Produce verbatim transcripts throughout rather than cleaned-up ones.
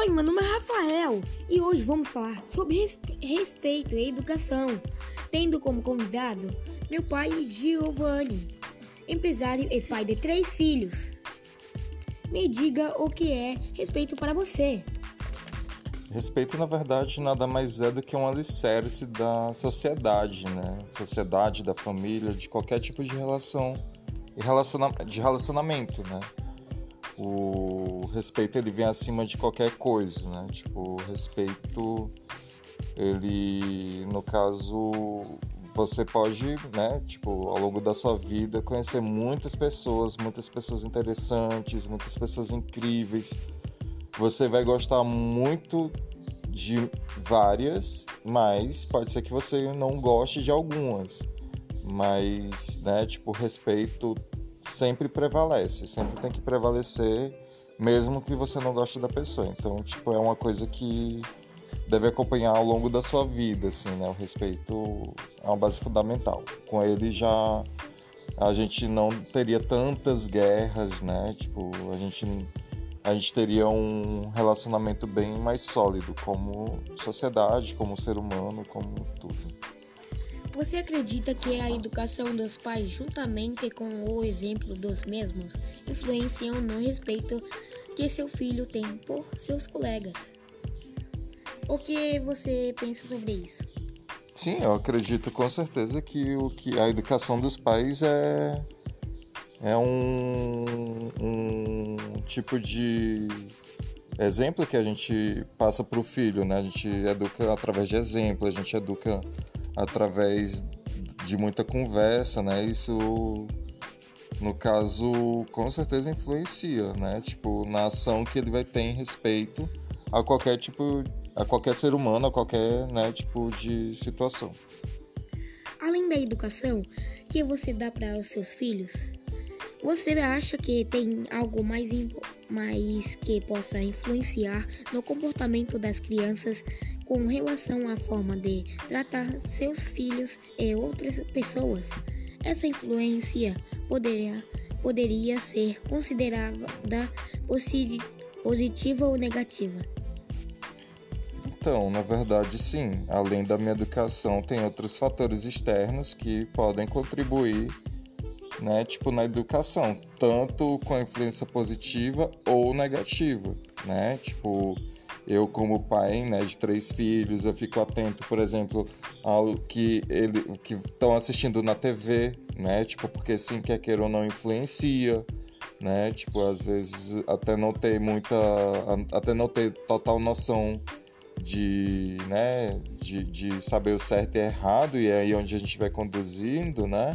Oi, meu nome é Rafael e hoje vamos falar sobre res- respeito e educação, tendo como convidado meu pai Giovanni, empresário e pai de três filhos. Me diga o que é respeito para você. Respeito, na verdade, nada mais é do que um alicerce da sociedade, né? Sociedade, da família, de qualquer tipo de relação e relaciona- de relacionamento, né? O respeito, ele vem acima de qualquer coisa, né? Tipo, o respeito, ele, no caso, você pode, né? Tipo, ao longo da sua vida, conhecer muitas pessoas, muitas pessoas interessantes, muitas pessoas incríveis. Você vai gostar muito de várias, mas pode ser que você não goste de algumas. Mas, né, tipo, respeito sempre prevalece, sempre tem que prevalecer, mesmo que você não goste da pessoa. Então, tipo, é uma coisa que deve acompanhar ao longo da sua vida, assim, né? O respeito é uma base fundamental. Com ele já a gente não teria tantas guerras, né? Tipo, a gente a gente teria um relacionamento bem mais sólido como sociedade, como ser humano, como tudo. Você acredita que a educação dos pais, juntamente com o exemplo dos mesmos, influenciam no respeito que seu filho tem por seus colegas? O que você pensa sobre isso? Sim, eu acredito com certeza que, o, que a educação dos pais é, é um, um tipo de exemplo que a gente passa para o filho, né? A gente educa através de exemplo, a gente educa através de muita conversa, né? Isso, no caso, com certeza influencia, né? Tipo, na ação que ele vai ter em respeito a qualquer tipo, a qualquer ser humano, a qualquer, né, tipo de situação. Além da educação que você dá para os seus filhos, você acha que tem algo mais, impo- mais que possa influenciar no comportamento das crianças com relação à forma de tratar seus filhos e outras pessoas? Essa influência poderia, poderia ser considerada posi- positiva ou negativa? Então, na verdade, sim. Além da minha educação, tem outros fatores externos que podem contribuir, né, tipo na educação, tanto com a influência positiva ou negativa, né? Tipo, eu como pai, né, de três filhos, eu fico atento, por exemplo, ao que ele, o que estão assistindo na T V, né? Tipo, porque sim, quer queira ou não influencia, né? Tipo, às vezes até não ter muita, até não ter total noção de, né, de, de saber o certo e errado, e é aí onde a gente vai conduzindo, né?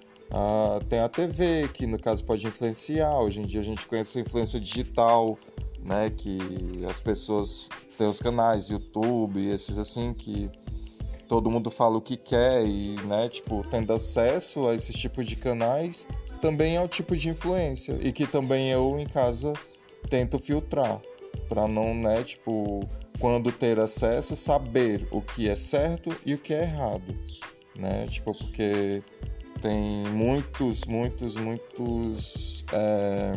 Ah, tem a T V, que no caso pode influenciar. Hoje em dia a gente conhece a influência digital, né? Que as pessoas têm os canais, YouTube, esses assim, que todo mundo fala o que quer e, né, tipo, tendo acesso a esses tipos de canais, também é o tipo de influência. E que também eu, em casa, tento filtrar, para não, né, tipo, quando ter acesso, saber o que é certo e o que é errado, né? Tipo, porque tem muitos, muitos, muitos, é,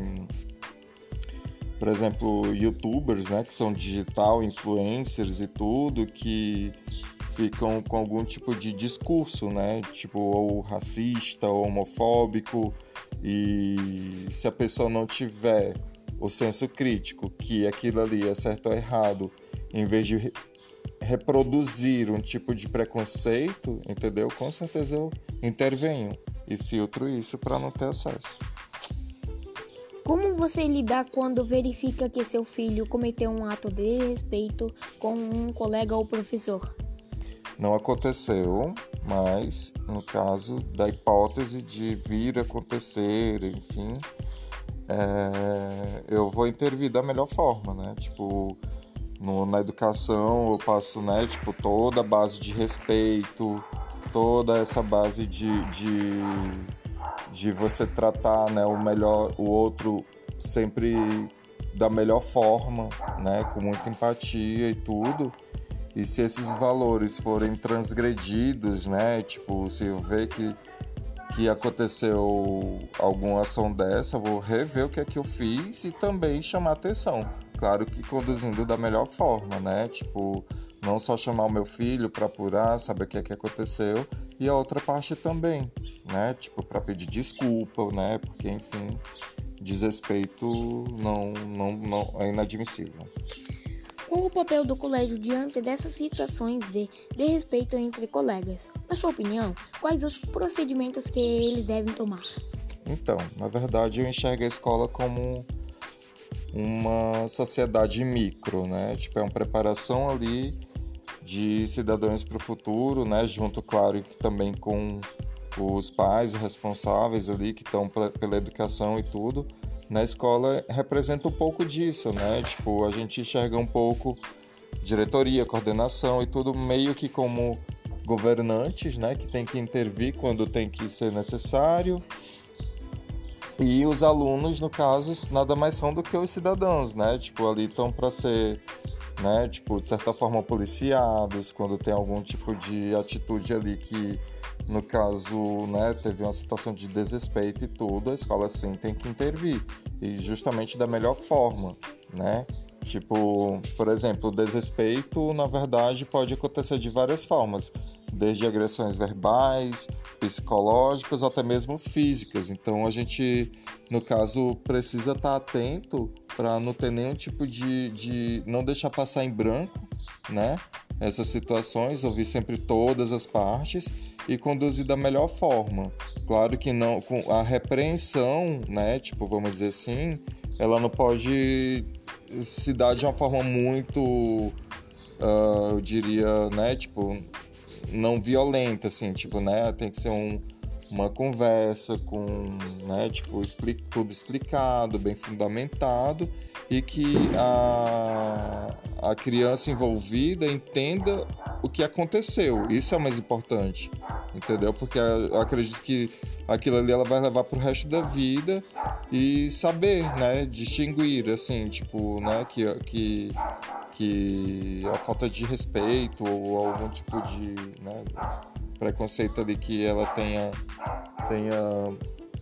por exemplo, YouTubers, né, que são digital influencers e tudo, que ficam com algum tipo de discurso, né, tipo, ou racista, ou homofóbico, e se a pessoa não tiver o senso crítico, que aquilo ali é certo ou errado, em vez de re- reproduzir um tipo de preconceito, entendeu? Com certeza eu intervenho e filtro isso para não ter acesso. Como você lida quando verifica que seu filho cometeu um ato de desrespeito com um colega ou professor? Não aconteceu, mas no caso da hipótese de vir a acontecer, enfim, é, eu vou intervir da melhor forma, né? Tipo, no, na educação eu passo, né, tipo, toda a base de respeito, toda essa base de, de, de você tratar, né, o melhor, o outro sempre da melhor forma, né, com muita empatia e tudo. E se esses valores forem transgredidos, né, tipo, se eu ver que que aconteceu alguma ação dessa, eu vou rever o que é que eu fiz e também chamar atenção. claro que conduzindo da melhor forma, né? Tipo, não só chamar o meu filho para apurar, saber o que é que aconteceu, e a outra parte também, né? Tipo, para pedir desculpa, né? Porque, enfim, desrespeito não, não, não é inadmissível. Qual o papel do colégio diante dessas situações de desrespeito entre colegas? Na sua opinião, quais os procedimentos que eles devem tomar? Então, na verdade, eu enxergo a escola como uma sociedade micro, né? Tipo, é uma preparação ali de cidadãos para o futuro, né? Junto, claro, que também com os pais, os responsáveis ali que estão pela educação e tudo. Na escola representa um pouco disso, né? Tipo, a gente enxerga um pouco diretoria, coordenação e tudo meio que como governantes, né? Que tem que intervir quando tem que ser necessário. E os alunos, no caso, nada mais são do que os cidadãos, né? Tipo, ali estão para ser, né? Tipo, de certa forma, policiados, quando tem algum tipo de atitude ali que, no caso, né, teve uma situação de desrespeito e tudo, a escola, sim, tem que intervir. E justamente da melhor forma, né? Tipo, por exemplo, o desrespeito, na verdade, pode acontecer de várias formas. Desde agressões verbais, psicológicas ou até mesmo físicas. Então a gente, no caso, precisa estar atento para não ter nenhum tipo de, de... não deixar passar em branco, né? Essas situações, ouvir sempre todas as partes e conduzir da melhor forma. Claro que não, com a repreensão, né? Tipo, vamos dizer assim, ela não pode se dar de uma forma muito, uh, eu diria, né? Tipo, não violenta, assim, tipo, né, tem que ser um, uma conversa com, né, tipo, explica, tudo explicado, bem fundamentado e que a, a criança envolvida entenda o que aconteceu. Isso é o mais importante, entendeu? Porque eu acredito que aquilo ali ela vai levar pro resto da vida e saber, né, distinguir, assim, tipo, né, que... que que a falta de respeito ou algum tipo de, né, preconceito ali que ela tenha, tenha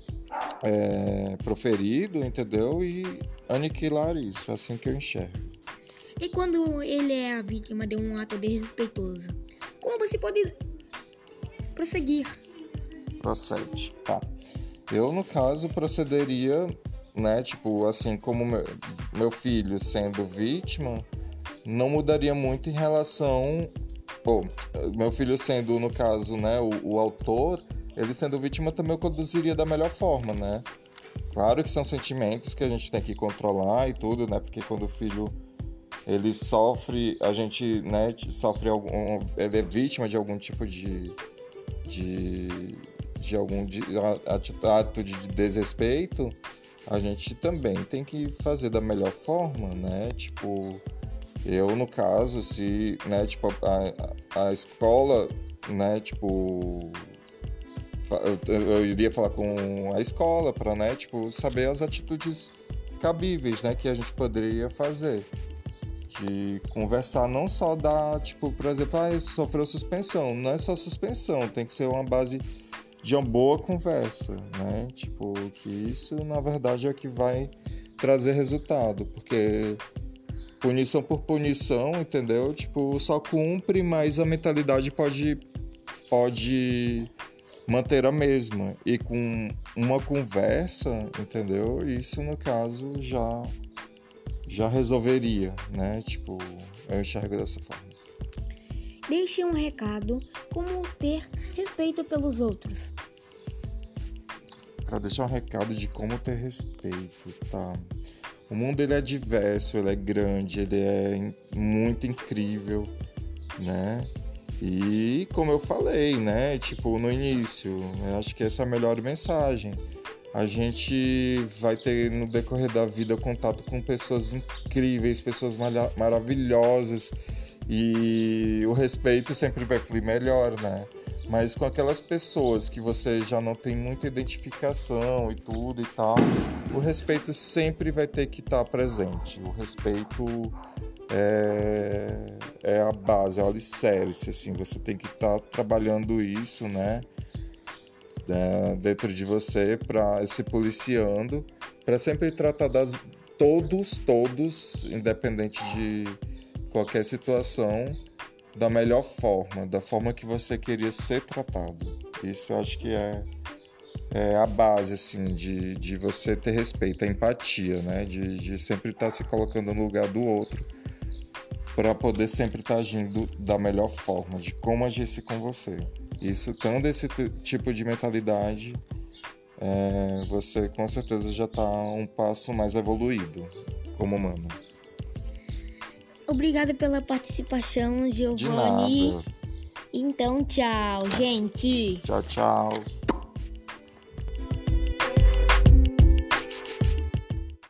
é, proferido, entendeu? E aniquilar isso, é assim que eu enxergo. E quando ele é a vítima de um ato desrespeitoso, como você pode prosseguir? Procede, tá. Eu, no caso, procederia, né, tipo, assim, como meu, meu filho sendo vítima, não mudaria muito em relação... Bom, meu filho sendo, no caso, né, o, o autor, ele sendo vítima também eu conduziria da melhor forma, né? Claro que são sentimentos que a gente tem que controlar e tudo, né? Porque quando o filho, ele sofre, a gente, né, sofre algum... Ele é vítima de algum tipo de... de, de algum de, ato de desrespeito, a gente também tem que fazer da melhor forma, né? Tipo... Eu, no caso, se, né, tipo, a, a escola, né, tipo, eu, eu iria falar com a escola para, né, tipo, saber as atitudes cabíveis, né, que a gente poderia fazer. De conversar, não só da, tipo, por exemplo, ah, sofreu suspensão. Não é só suspensão, tem que ser uma base de uma boa conversa, né, tipo, que isso, na verdade, é o que vai trazer resultado, porque... Punição por punição, entendeu? Tipo, só cumpre, mas a mentalidade pode, pode manter a mesma. E com uma conversa, entendeu? Isso, no caso, já, já resolveria, né? Tipo, eu enxergo dessa forma. Deixe um recado, como ter respeito pelos outros. Para deixar um recado de como ter respeito, tá? O mundo, ele é diverso, ele é grande, ele é muito incrível, né? E como eu falei, né? Tipo, no início, eu acho que essa é a melhor mensagem. A gente vai ter, no decorrer da vida, contato com pessoas incríveis, pessoas malha- maravilhosas. E o respeito sempre vai fluir melhor, né? Mas com aquelas pessoas que você já não tem muita identificação e tudo e tal, o respeito sempre vai ter que estar presente. O respeito é, é a base, é o alicerce, assim, você tem que estar trabalhando isso, né? É, dentro de você, para se policiando, para sempre tratar das, todos, todos, independente de qualquer situação, da melhor forma, da forma que você queria ser tratado. Isso eu acho que é, é a base, assim, de, de você ter respeito, a empatia, né? De, de sempre estar se colocando no lugar do outro para poder sempre estar agindo da melhor forma, de como agisse com você. Isso, tendo esse t- tipo de mentalidade, é, você com certeza já está um passo mais evoluído como humano. Obrigada pela participação, De Giovanni. nada. Então, tchau, gente. Tchau, tchau.